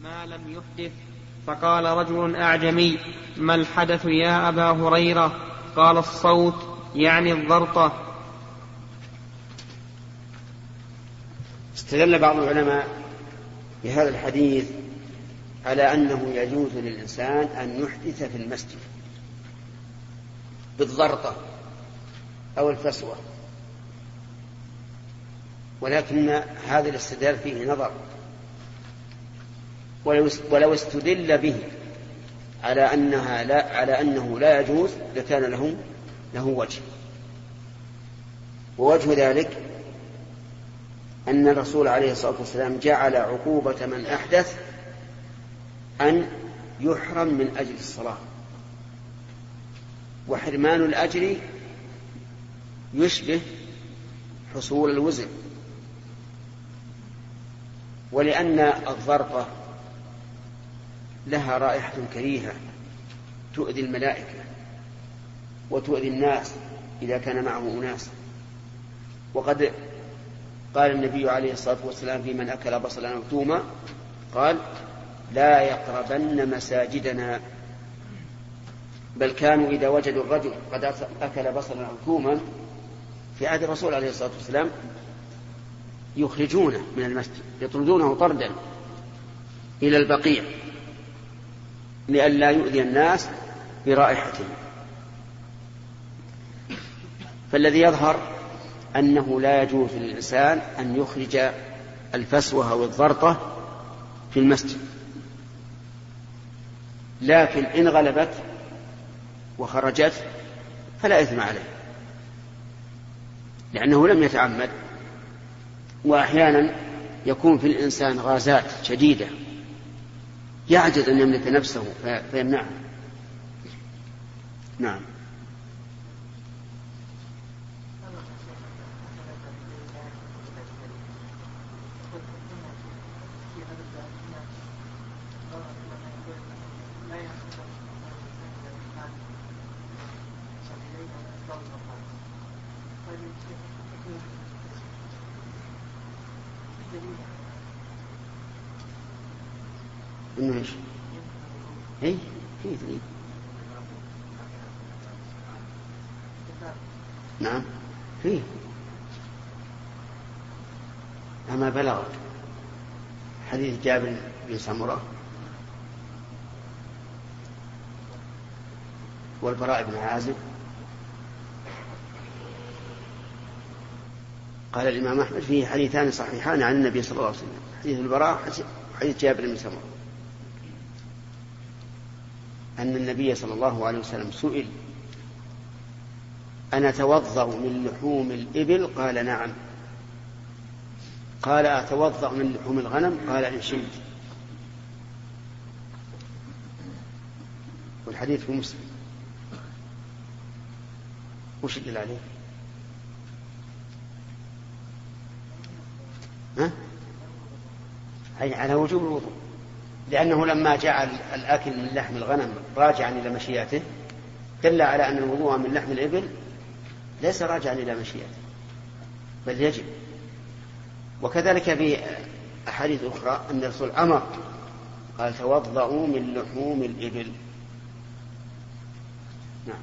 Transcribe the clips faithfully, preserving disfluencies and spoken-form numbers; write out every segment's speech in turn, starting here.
ما لم يحدث. فقال رجل أعجمي: ما الحدث يا أبا هريرة؟ قال: الصوت، يعني الضرطة. استدل بعض العلماء بهذا الحديث على أنه يجوز للإنسان أن يحدث في المسجد بالضرطة أو الفسوة، ولكن هذا الاستدلال فيه نظر، ولو استدل به على أنها لا على أنه لا يجوز لكان له له وجه، ووجه ذلك أن الرسول عليه الصلاة والسلام جعل عقوبة من أحدث أن يحرم من أجل الصلاة، وحرمان الأجر يشبه حصول الوزر. ولأن الضربة لها رائحة كريهة تؤذي الملائكة وتؤذي الناس إذا كان معه أناس. وقد قال النبي عليه الصلاة والسلام في من أكل بصلا أو ثوما قال: لا يقربن مساجدنا. بل كانوا إذا وجدوا الرجل قد أكل بصلا أو ثوما في عهد الرسول عليه الصلاة والسلام يخرجونه من المسجد، يطردونه طردا إلى البقيع لئلا يؤذي الناس برائحته. فالذي يظهر أنه لا يجوز للإنسان أن يخرج الفسوة أو الضرطة في المسجد، لكن إن غلبت وخرجت فلا إثم عليه لأنه لم يتعمد. وأحيانا يكون في الإنسان غازات شديدة يعجز أن يملك نفسه فيمنعه. نعم. إنه إيش؟ إيه في دليل. نعم فيه. أما بلغ حديث جابر بن سمرة والبراء بن عازب قال الإمام أحمد فيه حديثان صحيحان عن النبي صلى الله عليه وسلم: حديث البراء وحديث جابر بن سمرة، أن النبي صلى الله عليه وسلم سئل: أنا أتوضأ من لحوم الإبل؟ قال: نعم. قال: أتوضأ من لحوم الغنم؟ قال: إن شئت. والحديث في مسلم. وش يدل عليه؟ ها؟ أي على وجوب الوضوء، لأنه لما جعل الأكل من لحم الغنم راجعا إلى مشيئته دل على أن الوضوء من لحم الإبل ليس راجعا إلى مشيئته بل يجب. وكذلك في أحاديث أخرى أن الرسول أمر قال: توضؤوا من لحوم الإبل. نعم.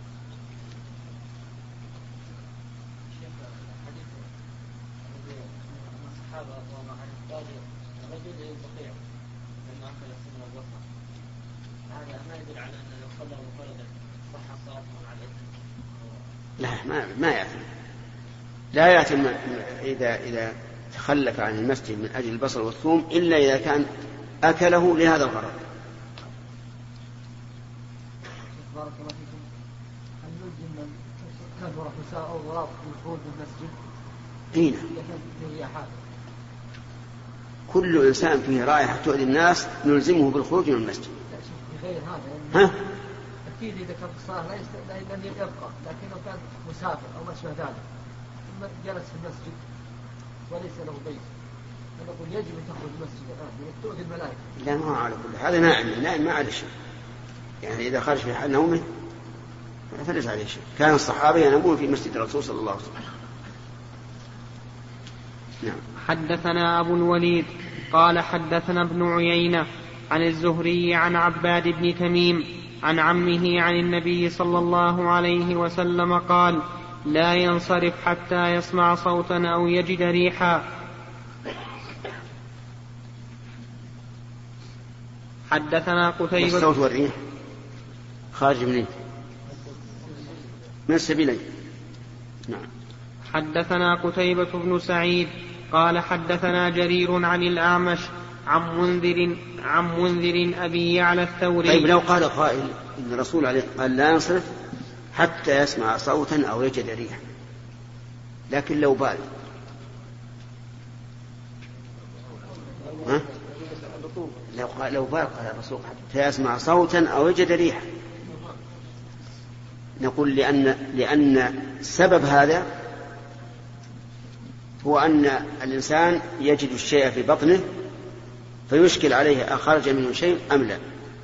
لا ما ما يأثم لا يأثم إذا إذا تخلف عن المسجد من أجل البصل والثوم إلا إذا كان أكله لهذا الغرض. بارك الله فيكم. هل نلزم من كثر حساء أو غراب الخروج من المسجد؟ أين؟ كل إنسان فيه رائحة تؤذي الناس نلزمه بالخروج من المسجد. غير هذا ها؟ أكيد إذا كان في الصلاة لا لن يبقى، لكن لو كان مسافر أو ما شابه ذلك ثم جلس في المسجد وليس له بيت فنقول يجب أن تخرج المسجد الآن تؤذي الملائكة. لا ما على كل هذا نائم نائم ما عليه شيء، يعني إذا خرج في حال نومه فليس عليه شيء. كان الصحابة ينامون في مسجد الرسول صلى الله عليه وسلم. نعم. حدثنا أبو الوليد قال حدثنا ابن عيينة عن الزهري عن عباد بن تميم عن عمه عن النبي صلى الله عليه وسلم قال لا ينصرف حتى يسمع صوتا أو يجد ريحا. حدثنا قتيبة. الصوت والريح خارج منين؟ من السبيلين. نعم. حدثنا قتيبة بن سعيد قال حدثنا جرير عن الأعمش عن منذر عن منذر أبي يعلى الثوري. طيب لو قال قائل إن الرسول عليه قال لا ينصرف حتى يسمع صوتا أو يجد ريحا، لكن لو بال ها؟ لو قال لو بال قال الرسول حتى يسمع صوتا أو يجد ريحا، نقول لأن لأن سبب هذا هو أن الإنسان يجد الشيء في بطنه فيشكل عليه أخرج منه شيء أم لا،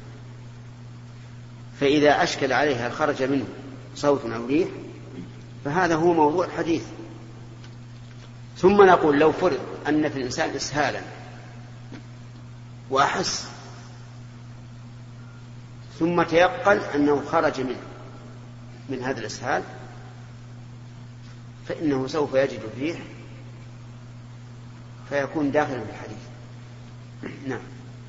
فإذا أشكل عليه خرج منه صوت أو ريح فهذا هو موضوع الحديث. ثم نقول لو فرض أن في الإنسان إسهالا وأحس ثم تيقن أنه خرج منه من هذا الإسهال فإنه سوف يجد الريح فيكون داخلا في الحديث. نعم.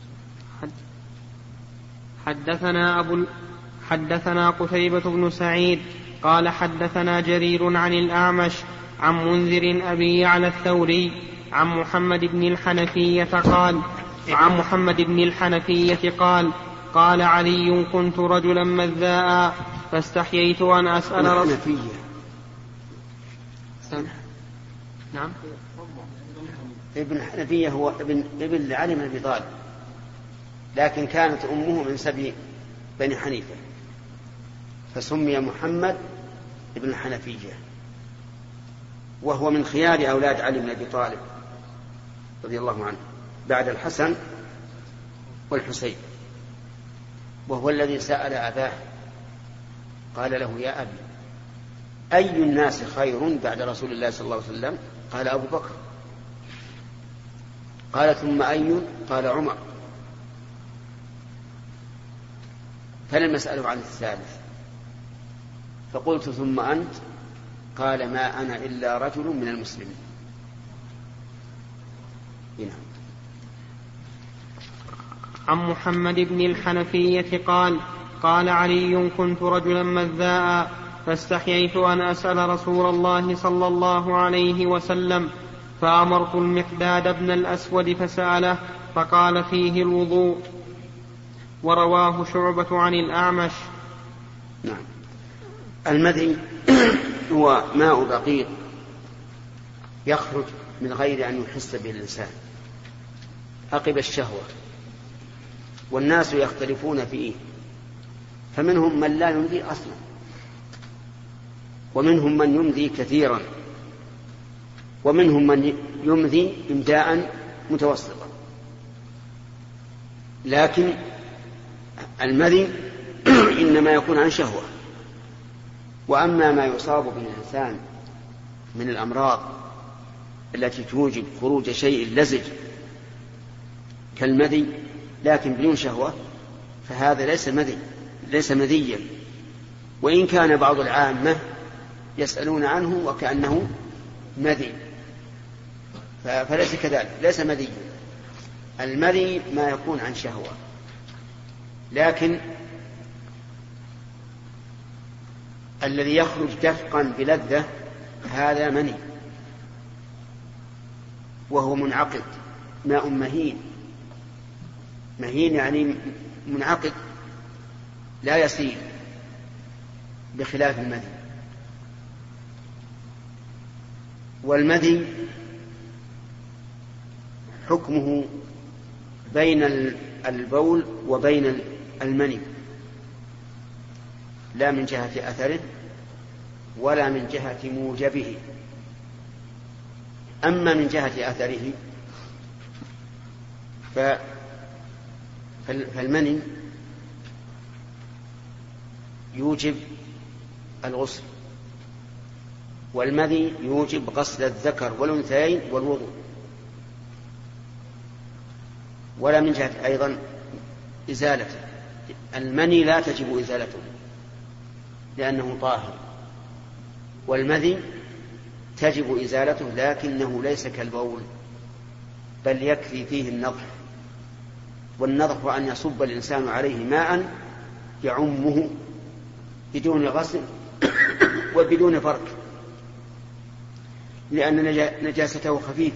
حدثنا أبو حدثنا قتيبة بن سعيد قال حدثنا جرير عن الأعمش عن منذر أبي يعلى الثوري عن محمد بن الحنفية قال عن محمد بن الحنفية قال قال علي كنت رجلا مذاء فاستحييت أن أسأل رسول نعم ابن حنفية هو ابن ابن لعلي بن أبي طالب، لكن كانت أمه من سبي بني حنيفة فسمي محمد ابن الحنفية، وهو من خيار أولاد علي بن أبي طالب رضي الله عنه بعد الحسن والحسين، وهو الذي سأل أباه قال له يا أبي أي الناس خير بعد رسول الله صلى الله عليه وسلم؟ قال أبو بكر. قال ثم أي؟ قال عمر. فلم يسأله عن الثالث، فقلت ثم أنت؟ قال ما أنا إلا رجل من المسلمين. هنا. عن محمد بن الحنفية قال قال علي كنت رجلا مذاء فاستحييت أن أسأل رسول الله صلى الله عليه وسلم فأمرت المقداد بن الأسود فسأله فقال فيه الوضوء. ورواه شعبة عن الأعمش. نعم. المذي هو ماء دقيق يخرج من غير أن يحس به الإنسان عقب الشهوة، والناس يختلفون فيه، فمنهم من لا يمذي أصلا ومنهم من يمذي كثيرا ومنهم من يمذي إمداء متوسطا، لكن المذي إنما يكون عن شهوة. وأما ما يصاب به الإنسان من الأمراض التي توجب خروج شيء لزج كالمذي لكن بدون شهوة فهذا ليس مذي ليس مذيا، وإن كان بعض العامة يسألون عنه وكأنه مذي، فليس كذلك، ليس مذي. المذي ما يكون عن شهوة، لكن الذي يخرج دفقا بلذة هذا مني، وهو منعقد، ماء مهين. مهين يعني منعقد لا يسيل، بخلاف المذي. والمذي حكمه بين البول وبين المني، لا من جهة أثره ولا من جهة موجبه. أما من جهة أثره فالمني يوجب الغسل، والمذي يوجب غسل الذكر والأنثيين والوضوء. ولا من جهة أيضا إزالته. المني لا تجب إزالته لأنه طاهر، والمذي تجب إزالته لكنه ليس كالبول، بل يكفي فيه النضح، والنضح أن يصب الإنسان عليه ماء يعمه بدون غسل وبدون فرك، لأن نجاسته خفيفة،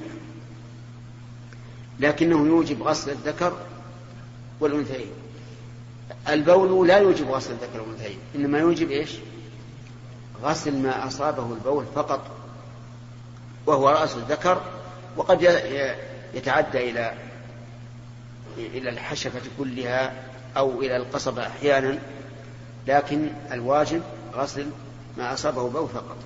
لكنه يوجب غسل الذكر والأنثيين. البول لا يوجب غسل الذكر والأنثيين، إنما يوجب إيش؟ غسل ما أصابه البول فقط، وهو رأس الذكر، وقد يتعدى إلى إلى الحشفة كلها أو إلى القصبة أحيانا، لكن الواجب غسل ما أصابه البول فقط.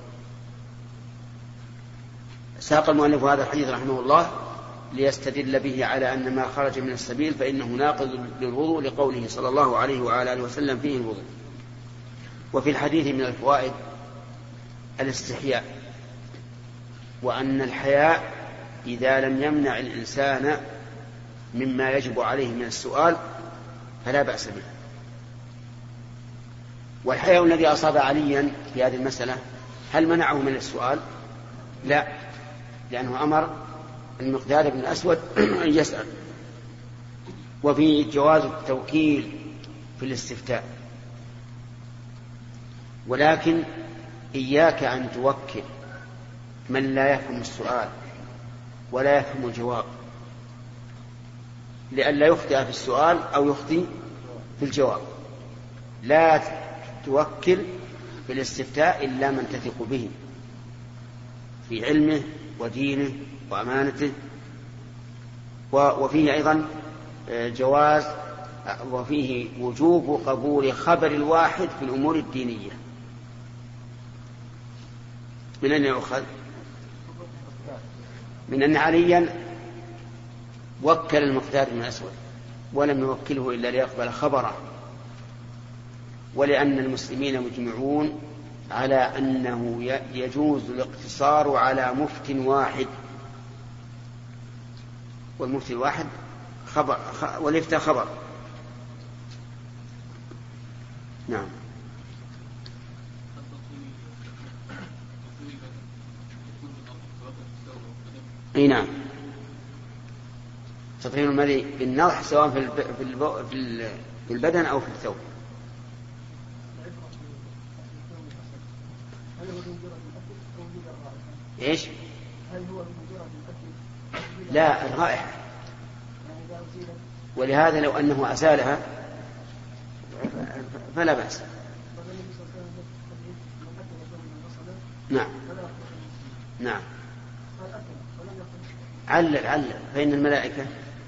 ساق المؤلف هذا الحديث رحمه الله ليستدل به على أن ما خرج من السبيل فإنه ناقض للوضوء، لقوله صلى الله عليه وعلى آله وسلم فيه الوضوء. وفي الحديث من الفوائد الاستحياء، وأن الحياء إذا لم يمنع الإنسان مما يجب عليه من السؤال فلا بأس به. والحياء الذي أصاب عليا في هذه المسألة هل منعه من السؤال؟ لا، لأنه أمر المقداد بن الأسود أن يسأل. وفي جواز التوكيل في الاستفتاء، ولكن إياك أن توكل من لا يفهم السؤال ولا يفهم الجواب، لئلا يخطئ في السؤال أو يخطئ في الجواب. لا توكل في الاستفتاء إلا من تثق به في علمه ودينه وأمانته. وفيه أيضا جواز وفيه وجوب قبول خبر الواحد في الأمور الدينية. من أين يؤخذ؟ من أن عليا وكل المقداد بن الأسود ولم يوكله إلا ليقبل خبره، ولأن المسلمين مجمعون على أنه يجوز الاقتصار على مفت واحد، والمفتي الواحد خبر والإفتاء خبر. نعم. اي نعم، تطهير المذي بالنضح سواء في في البدن أو في الثوب. ايش؟ لا، الرائحة. ولهذا لو أنه أزالها فلا بأس. نعم نعم. علل علل فإن الملائكة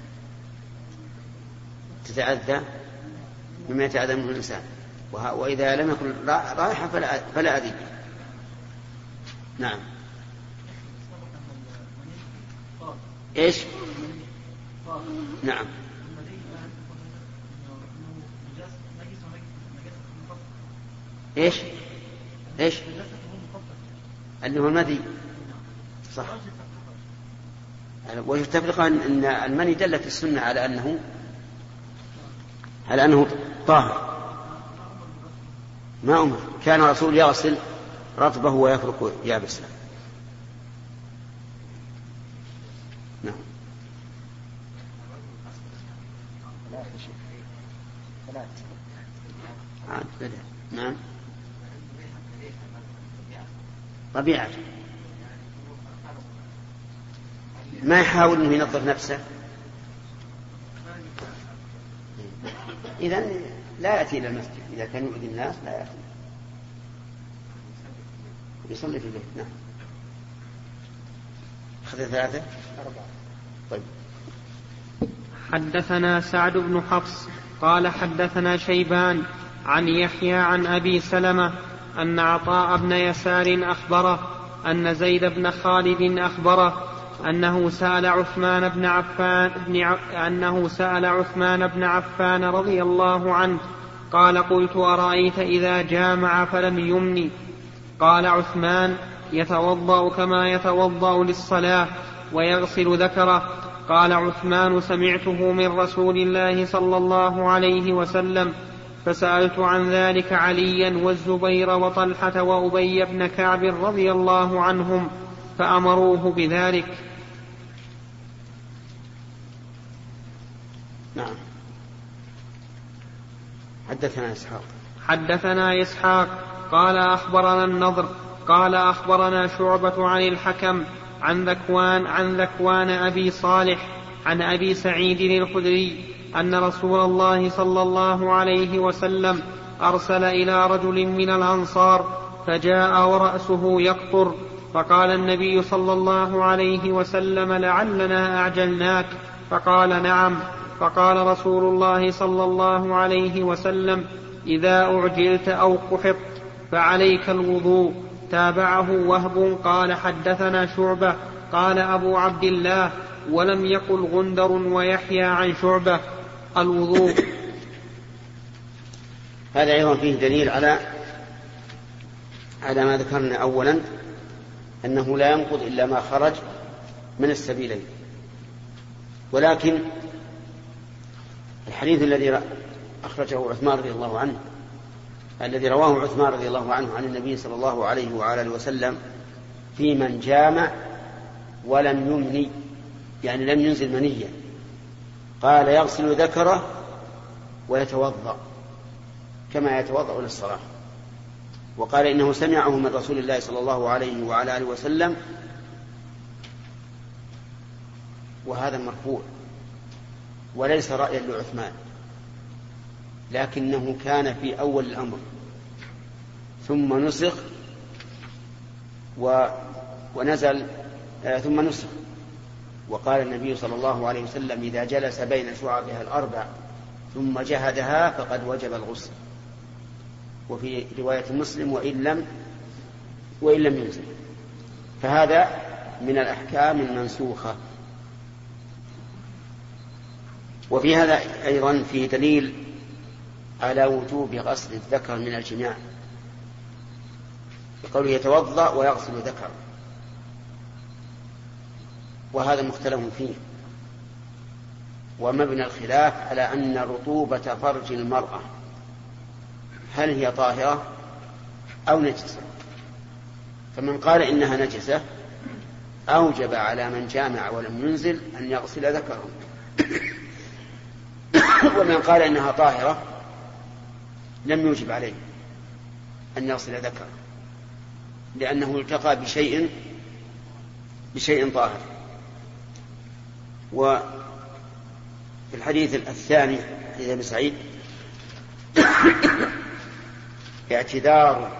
تتأذى مما يتأذى منه الإنسان، وإذا لم يكن رائحة فلا, فلا أذى. نعم. إيش؟ نعم. إيش؟ إيش؟ اللي هو المذي. صح. وجه التفرقة أن المني دلت السنة على أنه على أنه طاهر. ما أمر، كان الرسول يغسل رطبه ويفرك يابسه. نعم. نعم. طبيعة ما يحاول أنه ينظف نفسه، إذن لا يأتي إلى المسجد. إذا كان يؤذي الناس لا يأتي، يصلي في البيت. نعم. أخذ ثلاثة أربعة. طيب. حدثنا سعد بن حفص قال حدثنا شيبان عن يحيى عن أبي سلمة أن عطاء بن يسار أخبره أن زيد بن خالد أخبره أنه سأل عثمان بن عفان بن ع... أنه سأل عثمان بن عفان رضي الله عنه قال قلت أرأيت إذا جامع فلم يمني؟ قال عثمان يتوضأ كما يتوضأ للصلاة ويغسل ذكره قال عثمان سمعته من رسول الله صلى الله عليه وسلم فسألت عن ذلك عليا والزبير وطلحة وأبي بن كعب رضي الله عنهم فأمروه بذلك. نعم. حدثنا إسحاق حدثنا إسحاق قال أخبرنا النضر قال أخبرنا شعبة عن الحكم عن ذكوان عن ذكوان أبي صالح عن أبي سعيد الخدري أن رسول الله صلى الله عليه وسلم أرسل إلى رجل من الأنصار فجاء ورأسه يقطر فقال النبي صلى الله عليه وسلم لعلنا أعجلناك فقال نعم. فقال رسول الله صلى الله عليه وسلم إذا أعجلت أو قحطت فعليك الوضوء. تابعه وهب قال حدثنا شعبة قال أبو عبد الله ولم يقل غندر ويحيى عن شعبة الوضوء. هذا أيضا فيه دليل على على ما ذكرنا أولا أنه لا ينقض إلا ما خرج من السبيلين. ولكن الحديث الذي أخرجه عثمان رضي الله عنه الذي رواه عثمان رضي الله عنه عن النبي صلى الله عليه وعلى آله وسلم في من جامع ولم يمني يعني لم ينزل منيا قال يغسل ذكره ويتوضأ كما يتوضأ للصلاة. وقال إنه سمعه من رسول الله صلى الله عليه وعلى آله وسلم وهذا مرفوع وليس رأيا لعثمان لكنه كان في أول الأمر ثم نسخ و... ونزل آه ثم نسخ. وقال النبي صلى الله عليه وسلم إذا جلس بين شعبها الأربع ثم جهدها فقد وجب الغسل. وفي رواية مسلم وإن لم وإن لم ينزل. فهذا من الأحكام المنسوخة. وفي هذا أيضا فيه دليل على وجوب غسل الذكر من الجماع بقوله يتوضأ ويغسل ذكر وهذا مختلف فيه. ومبنى الخلاف على أن رطوبة فرج المرأة هل هي طاهرة أو نجسة. فمن قال إنها نجسة أوجب على من جامع ولم ينزل أن يغسل ذكره ومن قال إنها طاهرة لم يوجب عليه أن يغسل ذكره لأنه التقى بشيء بشيء طاهر. وفي الحديث الثاني حديث أبي سعيد اعتذار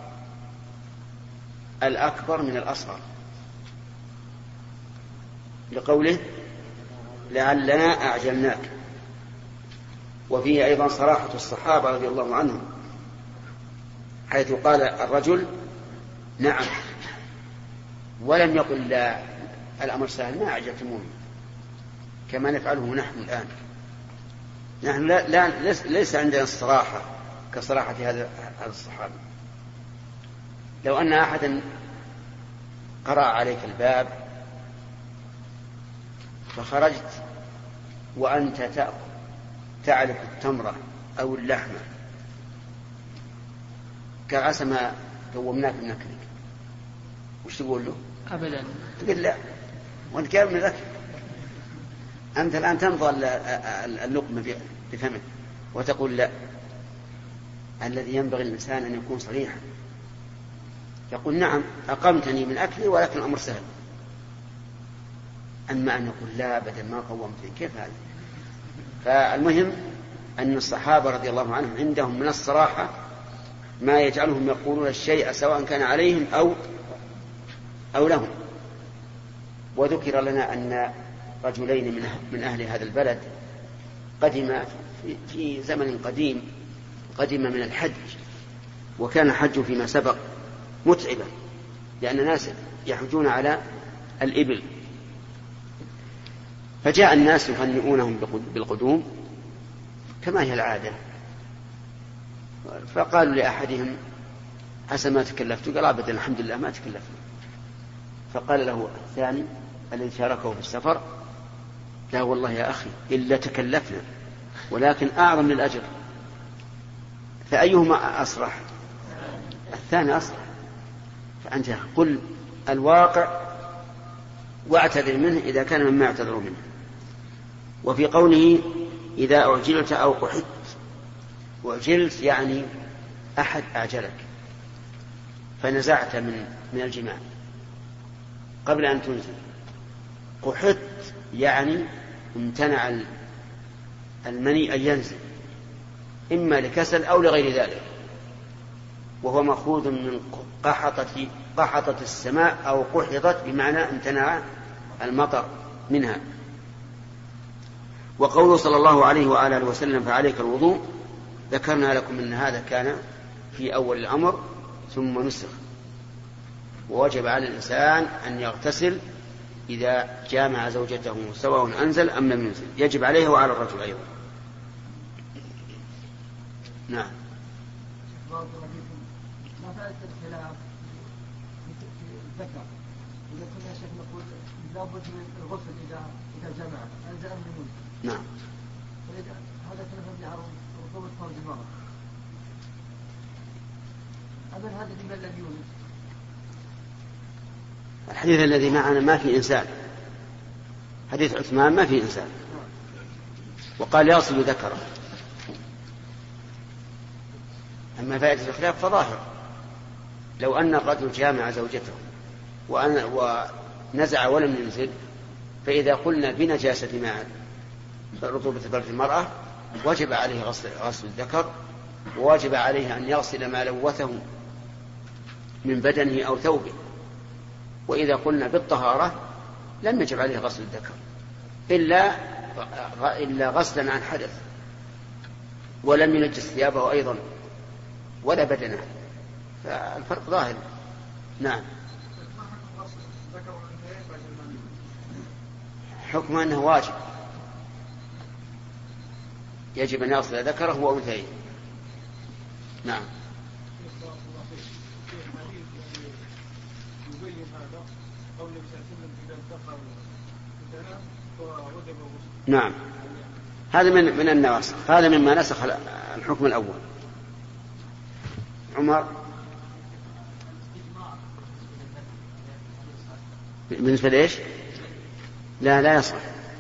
الأكبر من الأصغر لقوله لعلنا أعجلناك. وفيه أيضا صراحة الصحابة رضي الله عنهم حيث قال الرجل نعم ولم يقل لا الأمر سهل ما أعجلتموني كما نفعله نحن الآن. نحن لا, لا ليس عندنا الصراحة كصراحة هذا الصحابي. لو أن أحدا قرأ عليك الباب فخرجت وأنت تأكل تعرف التمرة أو اللحمة كعسى ما قومناك من أكلك وش تقول له؟ أبدا. تقول لا وأنت كامل من الأكل. أنت الآن تمضى اللقمة بفمك وتقول لا. الذي ينبغي الإنسان أن يكون صريحا يقول نعم أقمتني من أكلي ولكن الأمر سهل. أما أن يقول لا بدل ما قومتني كيف هذا؟ فالمهم أن الصحابة رضي الله عنهم عندهم من الصراحة ما يجعلهم يقولون الشيء سواء كان عليهم أو أو لهم. وذكر لنا أن رجلين من أهل هذا البلد قدم في زمن قديم قدم من الحج وكان الحج فيما سبق متعبا لأن ناس يحجون على الإبل فجاء الناس يهنئونهم بالقدوم كما هي العادة فقالوا لأحدهم عسى ما تكلفت قال أبدا الحمد لله ما تكلفت. فقال له الثاني الذي شاركه في السفر لا والله يا أخي إلا تكلفنا، ولكن أعظم للأجر. فأيهما أصرح؟ الثاني أصرح. فأنت قل الواقع واعتذر منه إذا كان مما يعتذر منه. وفي قوله إذا أعجلت أو قحدت، وأعجلت يعني أحد أعجلك فنزعت من من الجماع قبل أن تنزل. قحدت يعني امتنع المني أن ينزل إما لكسل أو لغير ذلك، وهو مأخوذ من قحطة قحطة السماء أو قحطت بمعنى امتنع المطر منها. وقوله صلى الله عليه وآله وسلم فعليك الوضوء، ذكرنا لكم أن هذا كان في أول الأمر ثم نسخ، ووجب على الإنسان أن يغتسل إذا جامع زوجته سواء أنزل أم لم ينزل، يجب عليه وعلى الرجل أيضا. نعم. ما فائدة الخلاف في الذكر؟ إذا كنا شيخ نقول لابد من الغسل إذا إذا جمع أنزل أم لم ينزل. نعم. هذا كلام يعرف رطوبة فرج المرأة. أما هذا لمن لم يولد؟ الحديث الذي معنا ما في إنسان، حديث عثمان ما في إنسان، وقال يغسل ذكره. أما فائدة الخلاف فظاهر، لو أن الرجل جامع زوجته ونزع ولم ينزل، فإذا قلنا بنجاسة مع رطوبة فرج المرأة وجب عليه غسل, غسل الذكر، وواجب عليه أن يغسل ما لوثه من بدنه أو ثوبه. وإذا قلنا بالطهارة لم يجب عليه غسل الذكر إلا, إلا غسلا عن حدث، ولم ينجس ثيابه أيضا ولا بدنه، فالفرق ظاهر. نعم. حكم أنه واجب، يجب أن يغسل ذكره وأنثيه. نعم. نعم، هذا من من النواسخ، هذا مما نسخ الحكم الأول. عمر بالنسبة لإيش؟ لا لا يصح،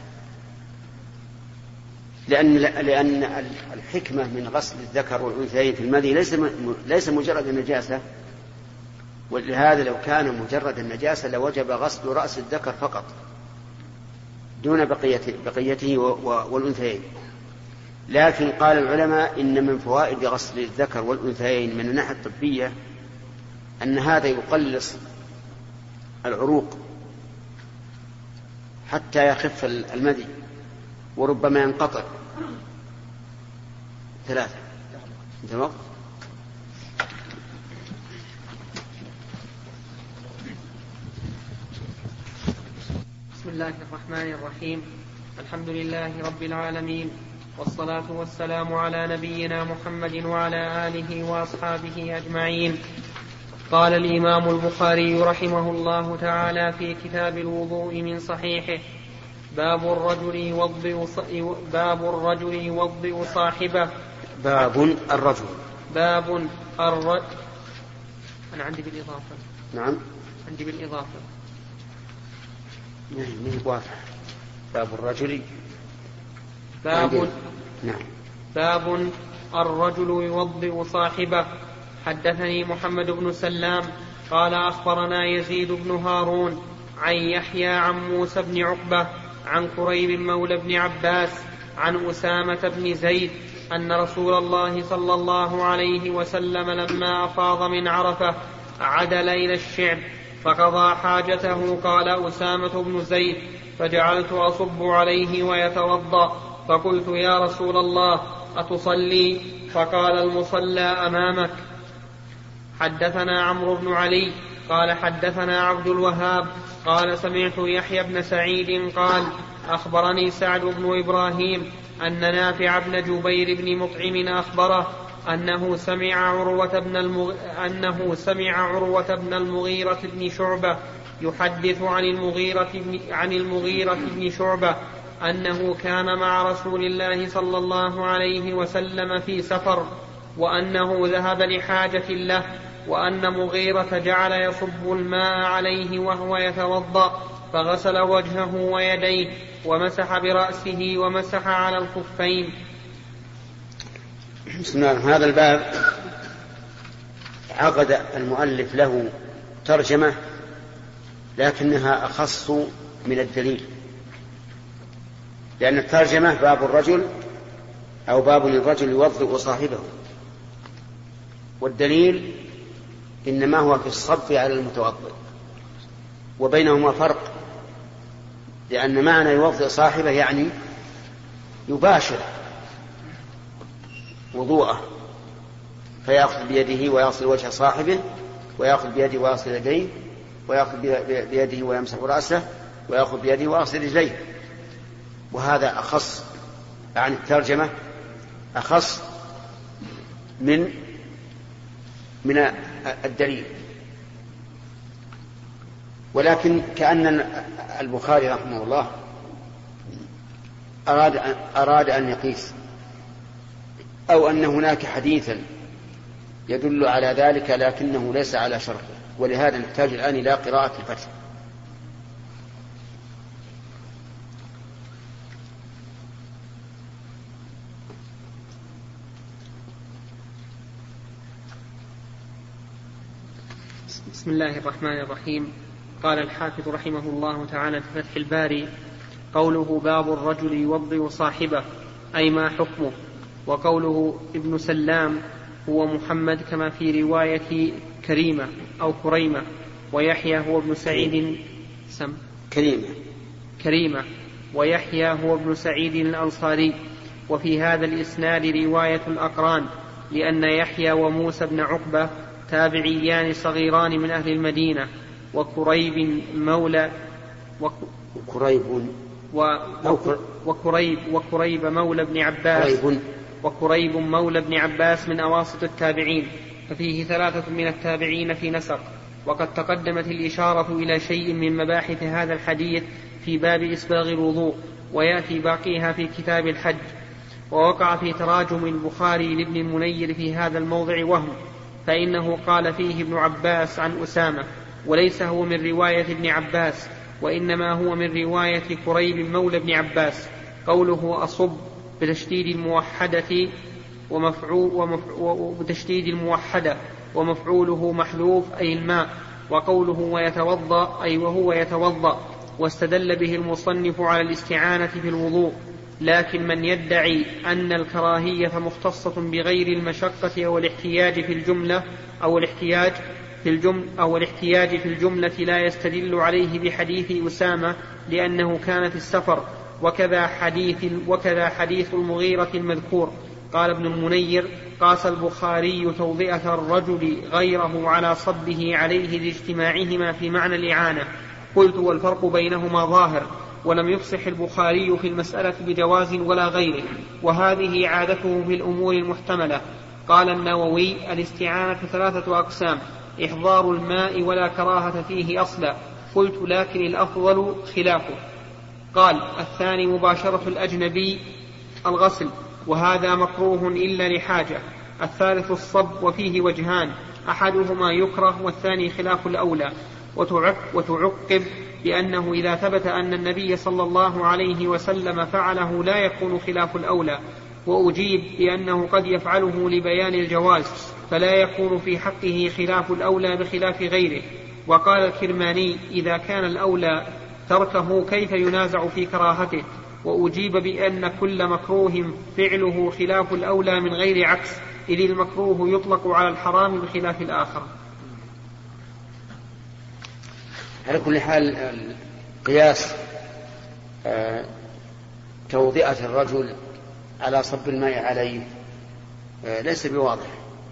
لأن لأن الحكمة من غسل الذكر والأنثيين في المذي ليس ليس مجرد النجاسة، ولهذا لو كان مجرد النجاسة لوجب غسل رأس الذكر فقط دون بقيته, بقيته والأنثيين. لكن قال العلماء إن من فوائد غسل الذكر والأنثيين من الناحية الطبية أن هذا يقلص العروق حتى يخف المذي، وربما ينقطع. ثلاثة. تمام. بسم الله الرحمن الرحيم. الحمد لله رب العالمين، والصلاة والسلام على نبينا محمد وعلى آله وأصحابه أجمعين. قال الإمام البخاري رحمه الله تعالى في كتاب الوضوء من صحيحه: باب الرجل يوضئ باب الرجل يوضئ صاحبه. باب الرجل باب الرجل أنا عندي بالإضافة. نعم، عندي بالإضافة. نعم واضح. باب الرجل باب نعم باب الرجل يوضئ صاحبه. حدثني محمد بن سلام قال أخبرنا يزيد بن هارون عن يحيى عن موسى بن عقبة عن كريب مولى بن عباس عن أسامة بن زيد أن رسول الله صلى الله عليه وسلم لما أفاض من عرفة عدل إلى الشعب فقضى حاجته. قال أسامة بن زيد: فجعلت أصب عليه ويتوضأ، فقلت: يا رسول الله أتصلي؟ فقال: المصلى أمامك. حدثنا عمرو بن علي قال حدثنا عبد الوهاب قال سمعت يحيى بن سعيد قال أخبرني سعد بن إبراهيم أن نافع بن جبير بن مطعم أخبره أنه سمع عروة بن المغ... أنه سمع عروة بن المغيرة بن شعبة يحدث عن المغيرة بن... عن المغيرة بن شعبة أنه كان مع رسول الله صلى الله عليه وسلم في سفر، وأنه ذهب لحاجة له، وأن مغيرة جعل يصب الماء عليه وهو يتوضأ، فغسل وجهه ويديه ومسح برأسه ومسح على الخفين. بسم الله. هذا الباب عقد المؤلف له ترجمة لكنها أخص من الدليل، لأن الترجمة باب الرجل أو باب الرجل يوضئ صاحبه، والدليل إنما هو في الصب على المتوضئ، وبينهما فرق، لأن معنى يوضئ صاحبه يعني يباشر وضوءه، فيأخذ بيده ويغسل وجه صاحبه، ويأخذ بيده ويغسل يديه، ويأخذ بيده ويمسح رأسه، ويأخذ بيده ويغسل رجليه. وهذا أخص عن الترجمة، أخص من من الدليل. ولكن كأن البخاري رحمه الله أراد أراد أن يقيس، أو أن هناك حديثا يدل على ذلك لكنه ليس على شرطه، ولهذا نحتاج الآن إلى قراءة الفتح. بسم الله الرحمن الرحيم. قال الحافظ رحمه الله تعالى في فتح الباري: قوله باب الرجل يوضئ صاحبه أي ما حكمه. وقوله ابن سلام هو محمد كما في رواية كريمة أو كريمة، ويحيى هو ابن سعيد سم كريمة كريمة ويحيى هو ابن سعيد الأنصاري. وفي هذا الإسناد رواية الأقران، لأن يحيى وموسى بن عقبة تابعيان صغيران من أهل المدينة، وكريب مولى وكريب وكريب وكريب مولى ابن عباس وكريب مولى ابن عباس من أواسط التابعين، ففيه ثلاثة من التابعين في نسق. وقد تقدمت الإشارة إلى شيء من مباحث هذا الحديث في باب إسباغ الوضوء، ويأتي باقيها في كتاب الحج. ووقع في تراجم البخاري لابن المنير في هذا الموضع وهم، فإنه قال فيه ابن عباس عن أسامة، وليس هو من رواية ابن عباس، وإنما هو من رواية كريب مولى ابن عباس. قوله أصب بتشديد الموحدة ومفعول وبتشديد الموحدة ومفعوله محذوف أي الماء. وقوله ويتوضأ أي وهو يتوضأ. واستدل به المصنف على الاستعانة في الوضوء، لكن من يدعي أن الكراهية مختصة بغير المشقة أو الاحتياج في الجملة أو الاحتياج في الجملة أو الاحتياج في الجملة لا يستدل عليه بحديث أسامة لأنه كان في السفر، وكذا حديث وكذا حديث المغيرة المذكور. قال ابن المنير: قاس البخاري توضئة الرجل غيره على صبه عليه لاجتماعهما في معنى الإعانة. قلت: والفرق بينهما ظاهر، ولم يفصح البخاري في المسألة بجواز ولا غيره، وهذه عادته في الأمور المحتملة. قال النووي: الاستعانة ثلاثة أقسام: إحضار الماء ولا كراهة فيه أصلا. قلت: لكن الأفضل خلافه. قال: الثاني مباشرة الأجنبي الغسل، وهذا مكروه إلا لحاجة. الثالث الصب، وفيه وجهان: أحدهما يكره والثاني خلاف الأولى. وتعقب بأنه إذا ثبت أن النبي صلى الله عليه وسلم فعله لا يكون خلاف الأولى. وأجيب بأنه قد يفعله لبيان الجواز، فلا يكون في حقه خلاف الأولى بخلاف غيره. وقال الكرماني: إذا كان الأولى تركه كيف ينازع في كراهته؟ وأجيب بأن كل مكروه فعله خلاف الأولى من غير عكس، إذ المكروه يطلق على الحرام بخلاف الآخر. على كل حال قياس توضئة الرجل على صب الماء عليه ليس بواضح،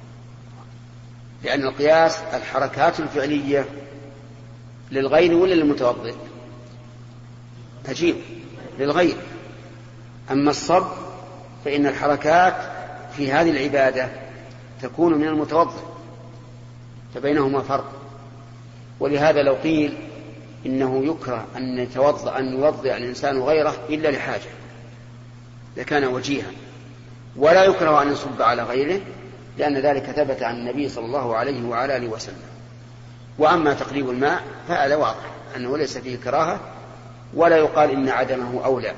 لأن القياس الحركات الفعلية للغير ولا للمتوضئ؟ عجيب، للغير. أما الصب فإن الحركات في هذه العبادة تكون من المتوضئ، فبينهما فرق. ولهذا لو قيل إنه يكره أن يتوضأ أن يوضأ الإنسان غيره إلا لحاجة إذا كان وجيها، ولا يكره أن يصب على غيره لأن ذلك ثبت عن النبي صلى الله عليه وعلى آله وسلم. وأما تقليب الماء فهذا واضح أنه ليس فيه كراهة ولا يقال إن عدمه أولى،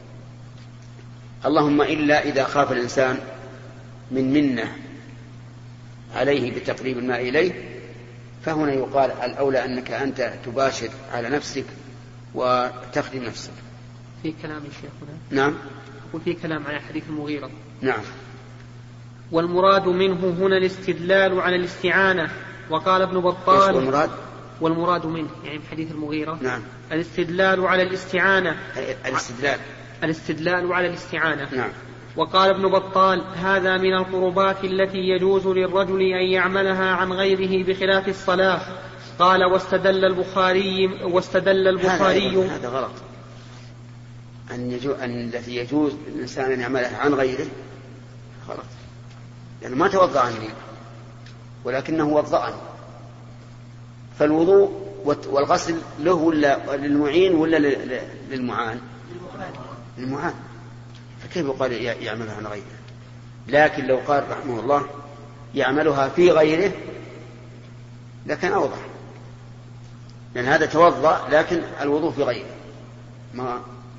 اللهم إلا إذا خاف الإنسان من منة عليه بتقريب الماء إليه، فهنا يقال الأولى أنك أنت تباشر على نفسك وتخدم نفسك. في كلام الشيخ هنا. نعم. وفي كلام على حديث المغيرة. نعم. والمراد منه هنا الاستدلال على الاستعانة. وقال ابن بطال والمراد والمراد منه يعني حديث المغيرة. نعم. الاستدلال على الاستعانة. الاستدلال الاستدلال على الاستعانة. نعم. وقال ابن بطال هذا من القربات التي يجوز للرجل أن يعملها عن غيره بخلاف الصلاة. قال واستدل البخاري واستدل البخاري هذا, هذا غلط، أن, يجو أن التي يجوز للإنسان أن يعملها عن غيره غلط، لأنه ما توضأ عني ولكنه وضأني، فالوضوء والغسل له ولا للمعين ولا للمعان؟ للمعان، فكيف يقال يعملها عن غيره؟ لكن لو قال رحمه الله يعملها في غيره لكن أوضح، لأن هذا توضأ لكن الوضوء في غيره ما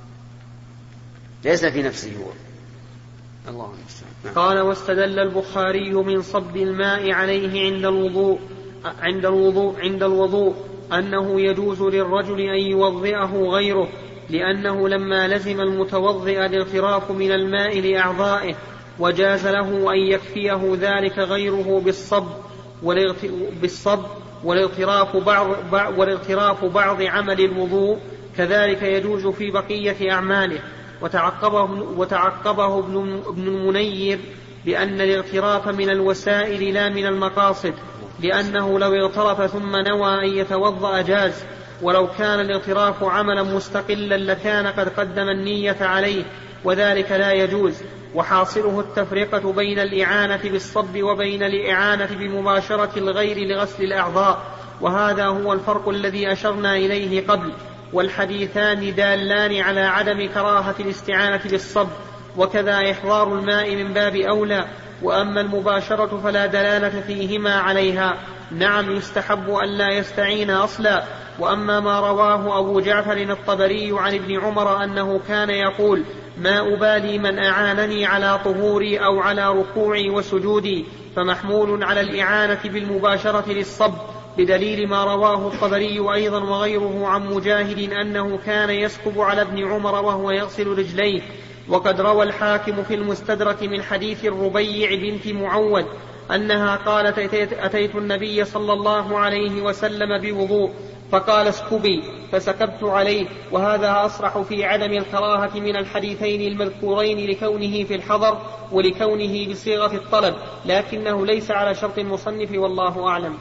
ليس في نفسه هو. الله المستعان. قال واستدل البخاري من صب الماء عليه عند الوضوء عند الوضوء عند الوضوء أنه يجوز للرجل أن يوضئه غيره، لأنه لما لزم المتوضئ الاغتراف من الماء لأعضائه وجاز له أن يكفيه ذلك غيره بالصب بالصب والاغتراف بعض, والاغتراف بعض عمل الوضوء كذلك يجوز في بقية أعماله. وتعقبه, وتعقبه ابن, ابن المنير بأن الاغتراف من الوسائل لا من المقاصد، لأنه لو اغترف ثم نوى أن يتوضأ جاز، ولو كان الاغتراف عملا مستقلا لكان قد قدم النية عليه وذلك لا يجوز. وحاصله التفرقة بين الإعانة بالصب وبين الإعانة بمباشرة الغير لغسل الأعضاء، وهذا هو الفرق الذي أشرنا إليه قبل. والحديثان دالان على عدم كراهة الاستعانة بالصب، وكذا إحضار الماء من باب أولى. وأما المباشرة فلا دلالة فيهما عليها، نعم يستحب أن لا يستعين أصلا. وأما ما رواه أبو جعفر الطبري عن ابن عمر أنه كان يقول ما أبالي من أعانني على طهوري أو على ركوعي وسجودي، فمحمول على الإعانة بالمباشرة للصب، بدليل ما رواه الطبري أيضا وغيره عن مجاهد أنه كان يسكب على ابن عمر وهو يغسل رجليه. وقد روى الحاكم في المستدرك من حديث الربيع بنت معود أنها قالت أتيت النبي صلى الله عليه وسلم بوضوء فقال اسكبي فسكبت عليه. وهذا أصرح في عدم الكراهة من الحديثين المذكورين لكونه في الحضر ولكونه بصيغة الطلب، لكنه ليس على شرط المصنف والله أعلم.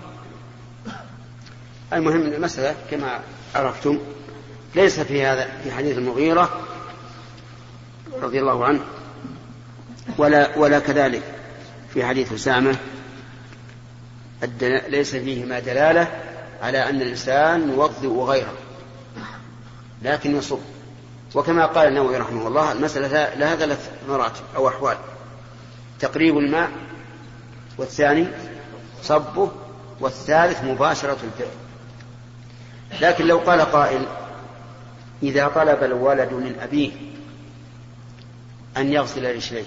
المهم المسألة كما عرفتم ليس في هذا في حديث المغيرة رضي الله عنه ولا, ولا كذلك في حديث أسامة ليس فيهما دلالة على أن الإنسان يوضئ غيره لكن يصب. وكما قال النووي رحمه الله المسألة لها ثلاث مراتب أو أحوال: تقريب الماء، والثاني صبه، والثالث مباشرة الفعل. لكن لو قال قائل إذا طلب الولد من أبيه أن يغسل رجليه،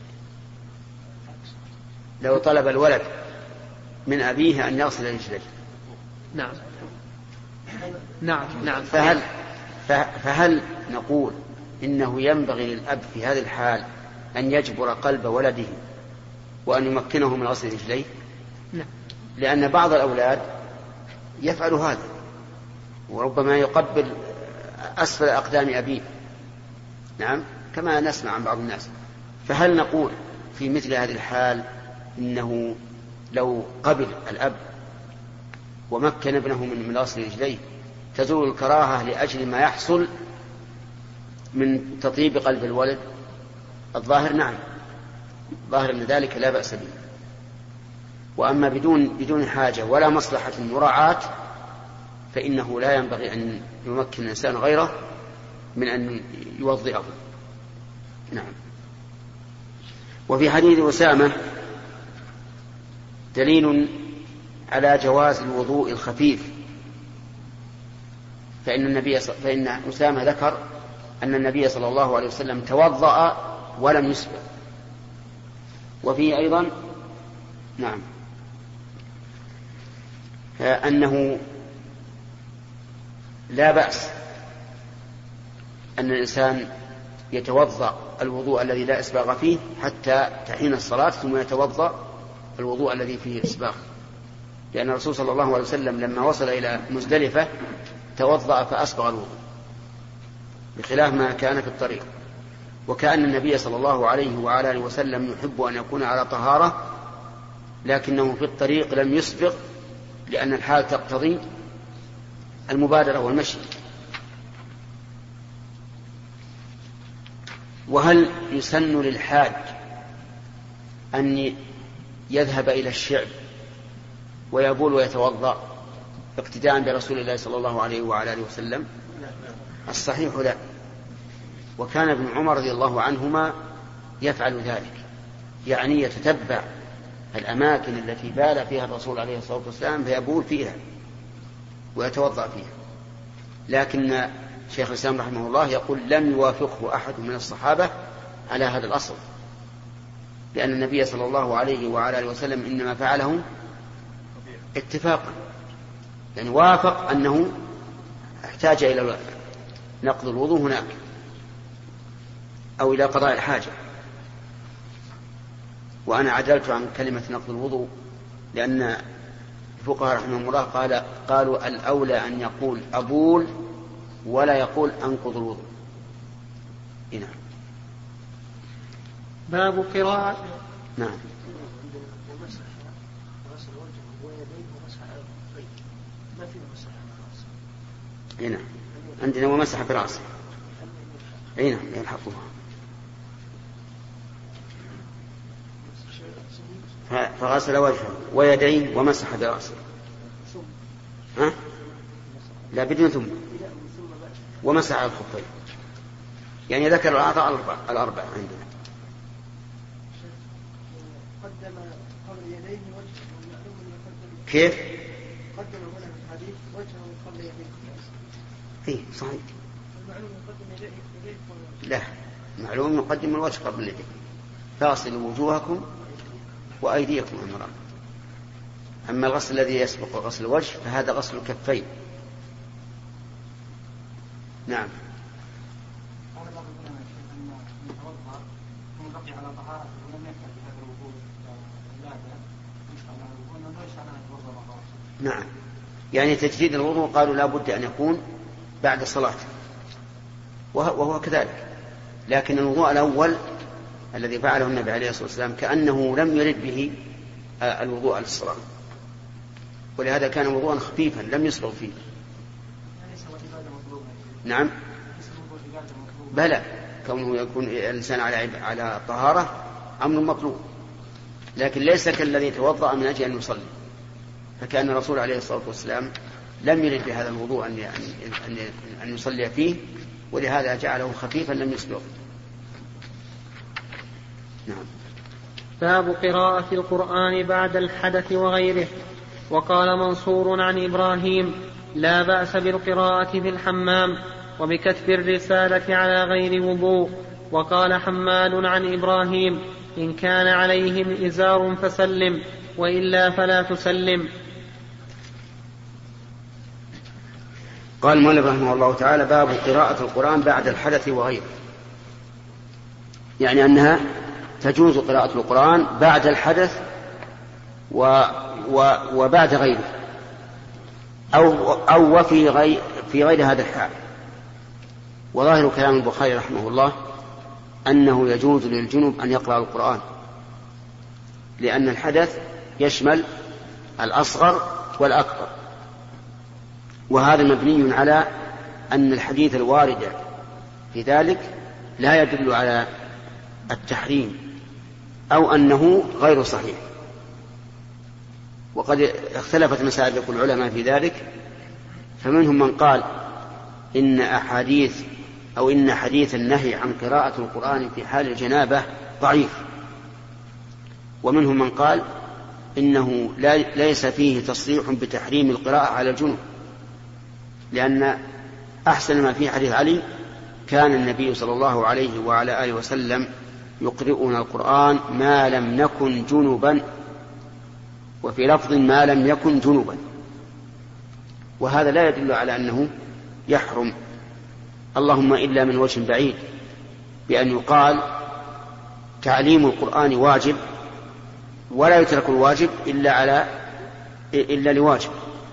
لو طلب الولد من أبيه أن يغسل رجليه، نعم نعم نعم فهل فهل نقول إنه ينبغي للأب في هذه الحال أن يجبر قلب ولده وأن يمكنه من غسل رجليه؟ نعم. لأن بعض الأولاد يفعل هذا وربما يقبل أسفل أقدام أبيه، نعم كما نسمع عن بعض الناس. فهل نقول في مثل هذه الحال إنه لو قبل الأب ومكن ابنه من غسل رجليه تزول الكراهة لأجل ما يحصل من تطيب قلب الولد؟ الظاهر نعم، ظاهر أن ذلك لا بأس به. وأما بدون بدون حاجة ولا مصلحة مراعاة فإنه لا ينبغي أن يمكن الإنسان غيره من أن يوضئه. نعم. وفي حديث أسامة دليل على جواز الوضوء الخفيف، فإن النبي فإن أسامة ذكر أن النبي صلى الله عليه وسلم توضأ ولم يسبق. وفيه أيضا نعم أنه لا بأس أن الإنسان يتوضأ الوضوء الذي لا إسباغ فيه حتى تحين الصلاة ثم يتوضأ الوضوء الذي فيه إسباغ، لأن الرسول صلى الله عليه وسلم لما وصل إلى مزدلفة توضأ فأسبغ الوضوء بخلاف ما كان في الطريق. وكأن النبي صلى الله عليه وعلى آله وسلم يحب أن يكون على طهارة، لكنه في الطريق لم يسبغ لأن الحال تقتضي المبادرة والمشي. وهل يسن للحاج أن يذهب إلى الشعب ويبول ويتوضأ اقتداء برسول الله صلى الله عليه وعلى آله وسلم؟ الصحيح لا. وكان ابن عمر رضي الله عنهما يفعل ذلك، يعني يتتبع الأماكن التي بال فيها الرسول عليه الصلاة والسلام فيبول فيها ويتوضأ فيها. لكن شيخ الإسلام رحمه الله يقول لم يوافقه أحد من الصحابة على هذا الأصل، لأن النبي صلى الله عليه وعلى آله وسلم إنما فعله اتفاقا، يعني وافق أنه احتاج إلى نقض الوضوء هناك أو إلى قضاء الحاجة. وأنا عدلت عن كلمة نقض الوضوء لأن الفقهاء رحمهم الله قال قالوا الأولى أن يقول أبول ولا يقول أنقض الوضوء. نعم. باب قراءة. نعم. هنا عندنا ومسح برأسه. هنا يلحقوها. فغسل وجهه ويديه ومسح برأسه. ها؟ لا بدون ثم ومسح على الخفين، يعني ذكر الأعضاء الأربعة عندنا. كيف؟ قدم هنا في الحديث وجهه قبل يديه. اي صحيح. المعلوم يقدم يديه. لا، معلوم يقدم الوجه قبل اليدين. فاصلوا وجوهكم وأيديكم أمرا. أما الغسل الذي يسبق غسل الوجه فهذا غسل الكفين. نعم. نعم، يعني تجديد الوضوء قالوا لا بد أن يكون بعد الصلاة، وهو كذلك. لكن الوضوء الأول الذي فعله النبي عليه الصلاة والسلام كأنه لم يرد به الوضوء للصلاة، ولهذا كان وضوءا خفيفا لم يسبغ فيه. نعم بلى، كونه يكون الإنسان على على طهارة أمر مطلوب، لكن ليس كالذي توضأ من أجل أن يصلي، فكان الرسول عليه الصلاة والسلام لم يرد بهذا الوضوء أن أن أن يصلي فيه، ولهذا جعله خفيفا لم يسبغ. نعم. باب قراءة القرآن بعد الحدث وغيره. وقال منصور عن إبراهيم لا بأس بالقراءة في الحمام وبكتب الرسالة على غير وضوء. وقال حماد عن إبراهيم إن كان عليهم إزار فسلم وإلا فلا تسلم. قال المؤلف رحمه الله تعالى باب قراءة القرآن بعد الحدث وغيره، يعني أنها تجوز قراءة القرآن بعد الحدث و و وبعد غيره، أو أو وفي غير في غير هذا الحال. وظاهر كلام البخاري رحمه الله أنه يجوز للجنب أن يقرأ القرآن، لأن الحدث يشمل الأصغر والأكبر، وهذا مبني على أن الحديث الوارد في ذلك لا يدل على التحريم أو أنه غير صحيح. وقد اختلفت مسالك العلماء في ذلك، فمنهم من قال إن أحاديث أو إن حديث النهي عن قراءة القرآن في حال الجنابة ضعيف، ومنهم من قال إنه ليس فيه تصريح بتحريم القراءة على الجنوب، لأن أحسن ما في حديث علي كان النبي صلى الله عليه وعلى آله وسلم يقرؤون القرآن ما لم نكن جنبا، وفي لفظ ما لم يكن جنبا، وهذا لا يدل على أنه يحرم، اللهم إلا من وجه بعيد، بأن يقال تعليم القرآن واجب ولا يترك الواجب إلا على إلا لواجب،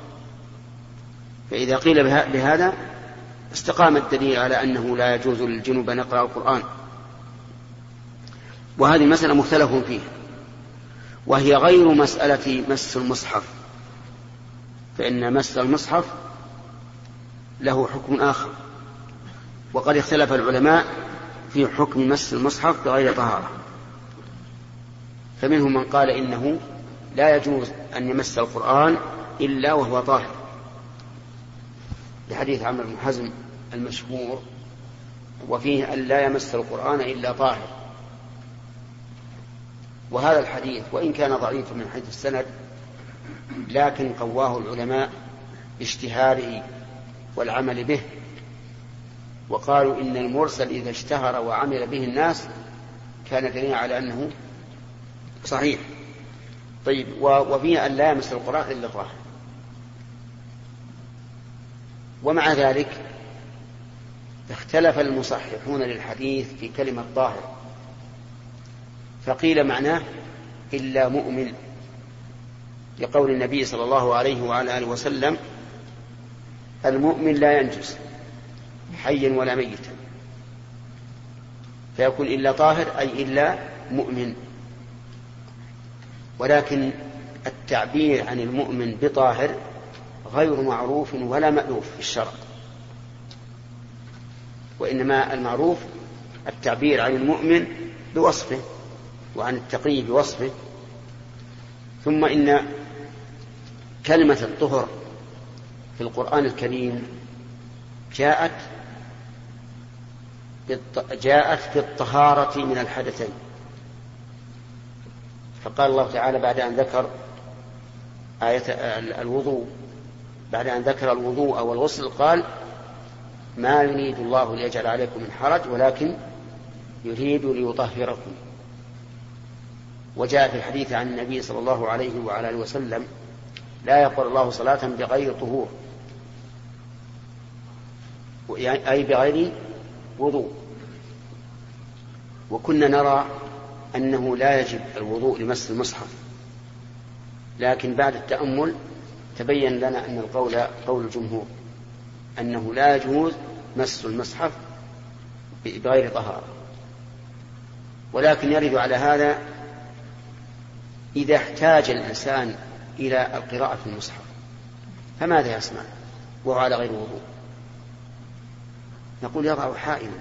فإذا قيل بهذا استقام الدليل على أنه لا يجوز للجنوب أن يقرأ القرآن. وهذه مسألة مختلف فيها، وهي غير مسألة مس المصحف، فإن مس المصحف له حكم آخر، وقد اختلف العلماء في حكم مس المصحف بغير طهارة، فمنهم من قال إنه لا يجوز أن يمس القرآن إلا وهو طاهر، لحديث عمرو بن حزم المشهور وفيه أن لا يمس القرآن إلا طاهر. وهذا الحديث وإن كان ضعيف من حيث السند، لكن قواه العلماء باشتهاره والعمل به، وقالوا إن المرسل إذا اشتهر وعمل به الناس كان دليلا على أنه صحيح. طيب، وفيه أن لا يمس القرآن إلا طاهر. ومع ذلك اختلف المصححون للحديث في كلمة طاهر، فقيل معناه إلا مؤمن، لقول النبي صلى الله عليه وعلى آله وسلم المؤمن لا ينجس حيا ولا ميتا، فيكون إلا طاهر أي إلا مؤمن. ولكن التعبير عن المؤمن بطاهر غير معروف ولا مألوف في الشرع، وإنما المعروف التعبير عن المؤمن بوصفه وعن التقي بوصفه. ثم إن كلمة الطهر في القرآن الكريم جاءت جاءت في الطهارة من الحدثين، فقال الله تعالى بعد أن ذكر آية الوضوء بعد أن ذكر الوضوء والغسل قال ما يريد الله ليجعل عليكم من حرج ولكن يريد ليطهركم. وجاء في الحديث عن النبي صلى الله عليه وعلى آله وسلم لا يقبل الله صلاة بغير طهور، أي بغير وضوء. وكنا نرى أنه لا يجب الوضوء لمس المصحف، لكن بعد التأمل تبين لنا أن القول قول الجمهور أنه لا يجوز مس المصحف بغير طهارة. ولكن يرد على هذا إذا احتاج الإنسان إلى القراءة في المصحف فماذا يصنع وهو على غير وضوء؟ نقول يضع حائلا،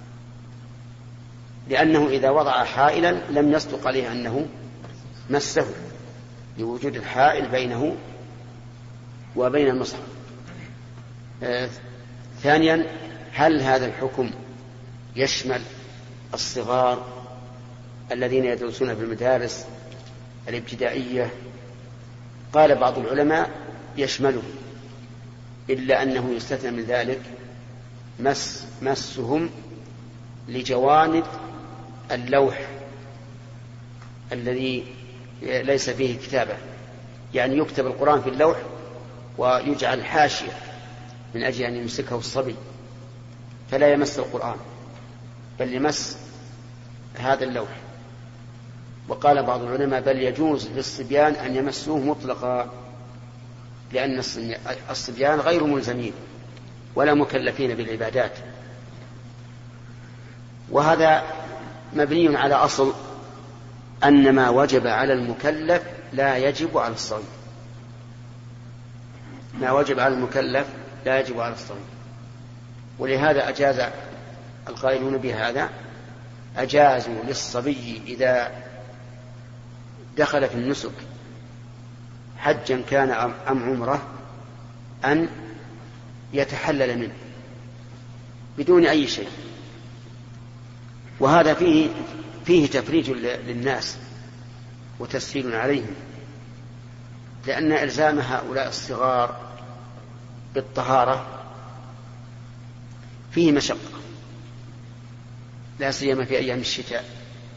لأنه إذا وضع حائلا لم يصدق عليه أنه مسه لوجود الحائل بينه وبين المصحف. آه ثانيا، هل هذا الحكم يشمل الصغار الذين يدرسون في المدارس الابتدائية؟ قال بعض العلماء يشمله، إلا أنه يستثنى من ذلك مس مسهم لجوانب اللوح الذي ليس فيه كتابة، يعني يكتب القرآن في اللوح ويجعل حاشية من أجل أن يمسكه الصبي فلا يمس القرآن بل يمس هذا اللوح. وقال بعض العلماء بل يجوز للصبيان أن يمسوه مطلقا، لأن الصبيان غير ملزمين ولا مكلفين بالعبادات. وهذا مبني على أصل أن ما وجب على المكلف لا يجب على الصغير، ما وجب على المكلف لا يجب على الصغير. ولهذا أجاز القائلون بهذا أجازوا للصبي إذا دخل في النسك حجا كان أم عمره أن يتحلل منه بدون أي شيء. وهذا فيه فيه تفريج للناس وتسهيل عليهم، لأن إلزام هؤلاء الصغار بالطهارة فيه مشقة، لا سيما في أيام الشتاء.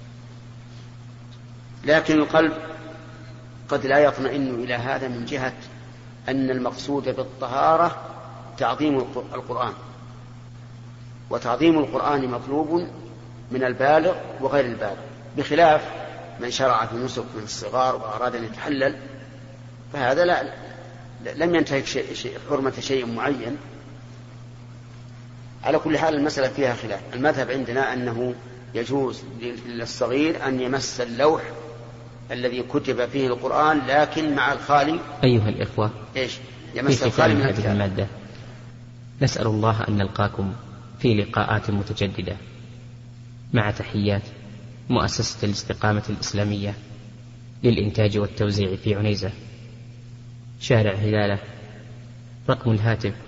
لكن القلب قد لا يطمئن إلى هذا من جهة أن المقصود بالطهارة تعظيم القرآن، وتعظيم القرآن مطلوب من البالغ وغير البالغ، بخلاف من شرع في نسك من الصغار وأراد أن يتحلل، فهذا لا لم ينتهك شيء شيء حرمة شيء معين. على كل حال المسألة فيها خلاف. المذهب عندنا أنه يجوز للصغير أن يمس اللوح الذي كتب فيه القرآن، لكن مع الخالي. أيها الإخوة، إيش يمس الخالي من هذه المادة. نسأل الله أن نلقاكم في لقاءات متجددة، مع تحيات مؤسسة الاستقامة الإسلامية للإنتاج والتوزيع في عنيزة، شارع هلالة، رقم الهاتف